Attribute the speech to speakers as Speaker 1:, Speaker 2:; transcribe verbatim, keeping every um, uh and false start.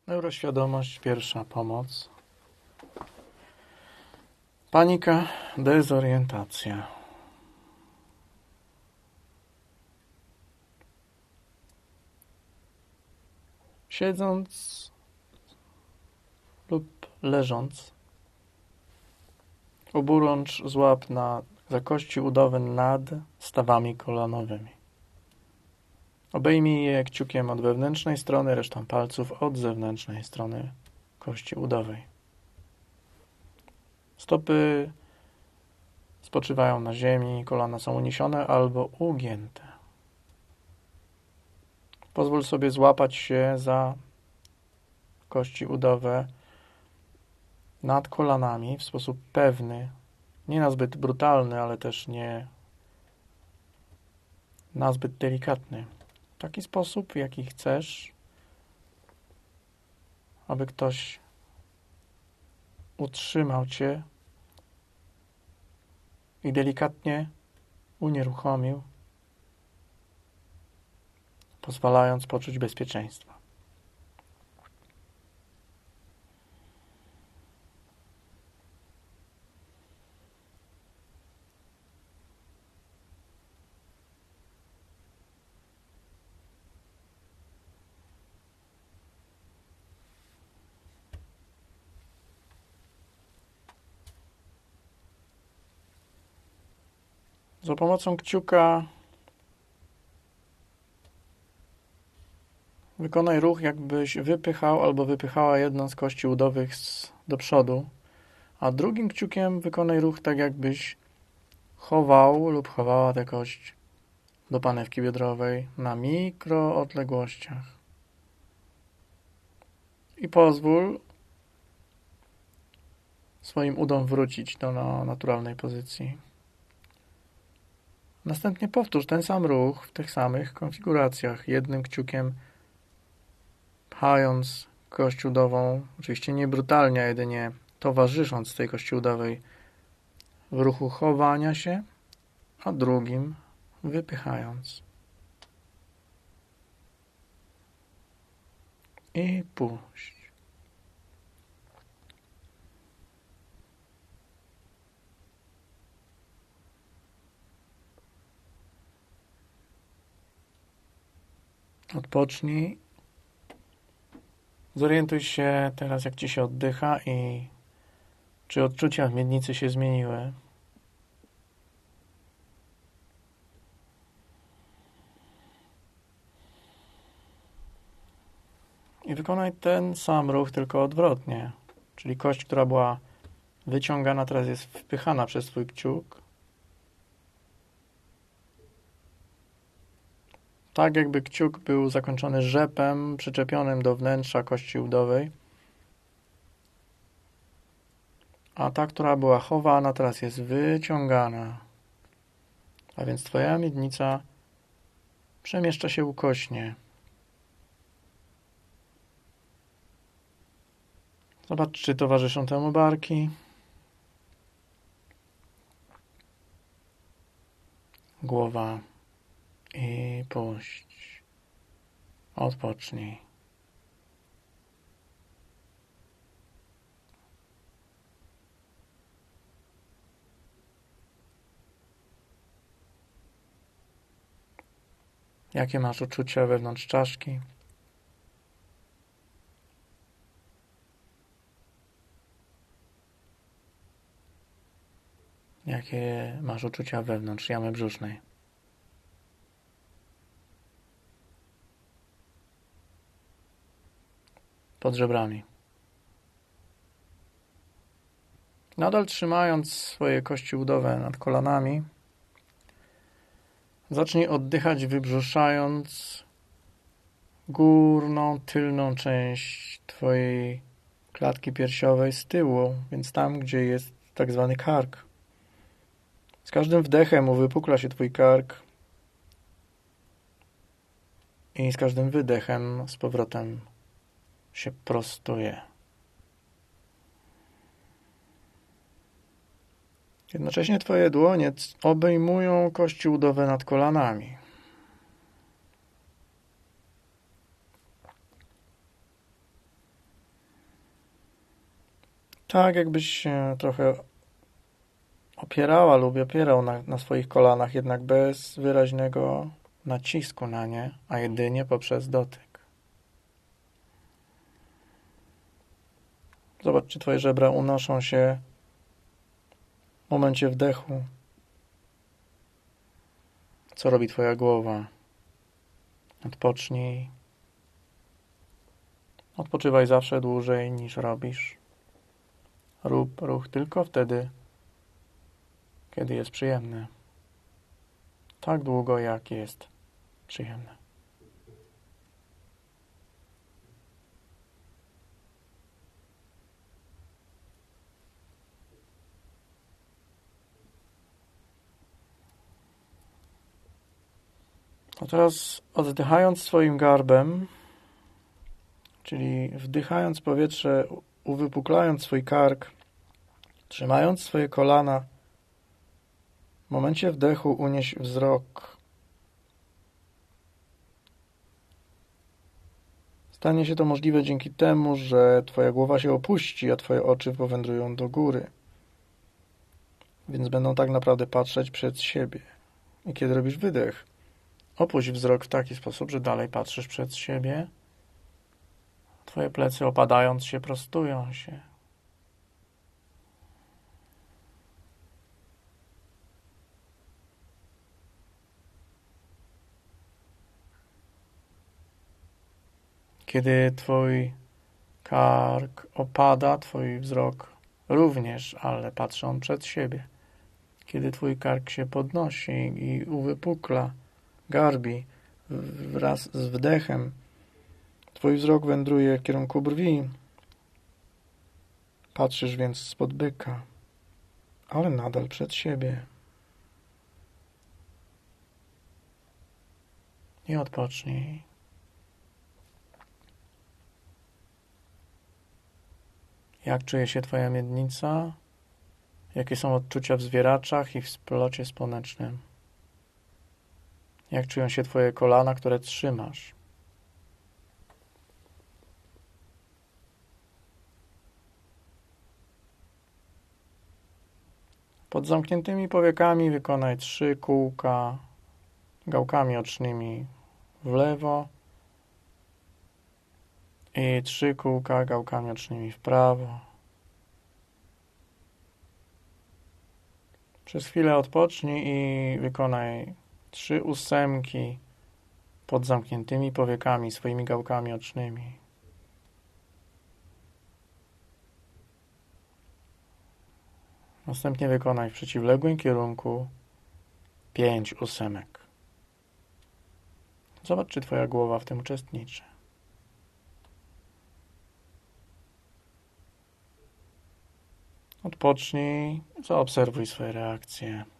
Speaker 1: Neuroświadomość, pierwsza pomoc. Panika, dezorientacja. Siedząc lub leżąc, oburącz złap na za kości udowe nad stawami kolanowymi. Obejmij je kciukiem od wewnętrznej strony, resztą palców od zewnętrznej strony kości udowej. Stopy spoczywają na ziemi, kolana są uniesione albo ugięte. Pozwól sobie złapać się za kości udowe nad kolanami w sposób pewny, nie nazbyt brutalny, ale też nie nazbyt delikatny. W taki sposób, w jaki chcesz, aby ktoś utrzymał Cię i delikatnie unieruchomił, pozwalając poczuć bezpieczeństwo. Za pomocą kciuka wykonaj ruch, jakbyś wypychał albo wypychała jedną z kości udowych z, do przodu, a drugim kciukiem wykonaj ruch tak, jakbyś chował lub chowała tę kość do panewki biodrowej na mikroodległościach. I pozwól swoim udom wrócić do naturalnej pozycji. Następnie powtórz ten sam ruch w tych samych konfiguracjach, jednym kciukiem pchając kość udową, oczywiście nie brutalnie, a jedynie towarzysząc tej kości udowej w ruchu chowania się, a drugim wypychając. I puść. Odpocznij. Zorientuj się teraz, jak Ci się oddycha i czy odczucia w miednicy się zmieniły. I wykonaj ten sam ruch, tylko odwrotnie. Czyli kość, która była wyciągana, teraz jest wpychana przez Twój kciuk. Tak, jakby kciuk był zakończony rzepem przyczepionym do wnętrza kości udowej. A ta, która była chowana, teraz jest wyciągana. A więc Twoja miednica przemieszcza się ukośnie. Zobacz, czy towarzyszą temu barki. Głowa. I puść. Odpocznij. Jakie masz uczucia wewnątrz czaszki? Jakie masz uczucia wewnątrz jamy brzusznej? Pod żebrami. Nadal trzymając swoje kości udowe nad kolanami, zacznij oddychać, wybrzuszając górną, tylną część Twojej klatki piersiowej z tyłu, więc tam, gdzie jest tak zwany kark. Z każdym wdechem uwypukla się Twój kark i z każdym wydechem z powrotem się prostuje. Jednocześnie Twoje dłonie obejmują kości udowe nad kolanami. Tak, jakbyś się trochę opierała lub opierał na, na swoich kolanach, jednak bez wyraźnego nacisku na nie, a jedynie poprzez dotyk. Zobacz, czy twoje żebra unoszą się w momencie wdechu. Co robi twoja głowa? Odpocznij. Odpoczywaj zawsze dłużej niż robisz. Rób ruch tylko wtedy, kiedy jest przyjemny. Tak długo, jak jest przyjemne. A teraz oddychając swoim garbem, czyli wdychając powietrze, uwypuklając swój kark, trzymając swoje kolana, w momencie wdechu unieś wzrok. Stanie się to możliwe dzięki temu, że twoja głowa się opuści, a twoje oczy powędrują do góry. Więc będą tak naprawdę patrzeć przed siebie. I kiedy robisz wydech, opuść wzrok w taki sposób, że dalej patrzysz przed siebie. Twoje plecy opadając się, prostują się. Kiedy twój kark opada, twój wzrok również, ale patrzy on przed siebie. Kiedy twój kark się podnosi i uwypukla, garbi wraz z wdechem, twój wzrok wędruje w kierunku brwi. Patrzysz więc spod byka, ale nadal przed siebie. I odpocznij. Jak czuje się twoja miednica? Jakie są odczucia w zwieraczach i w splocie słonecznym? Jak czują się twoje kolana, które trzymasz? Pod zamkniętymi powiekami wykonaj trzy kółka gałkami ocznymi w lewo i trzy kółka gałkami ocznymi w prawo. Przez chwilę odpocznij i wykonaj trzy ósemki pod zamkniętymi powiekami swoimi gałkami ocznymi. Następnie wykonaj w przeciwległym kierunku pięć ósemek. Zobacz, czy twoja głowa w tym uczestniczy. Odpocznij, zaobserwuj swoje reakcje.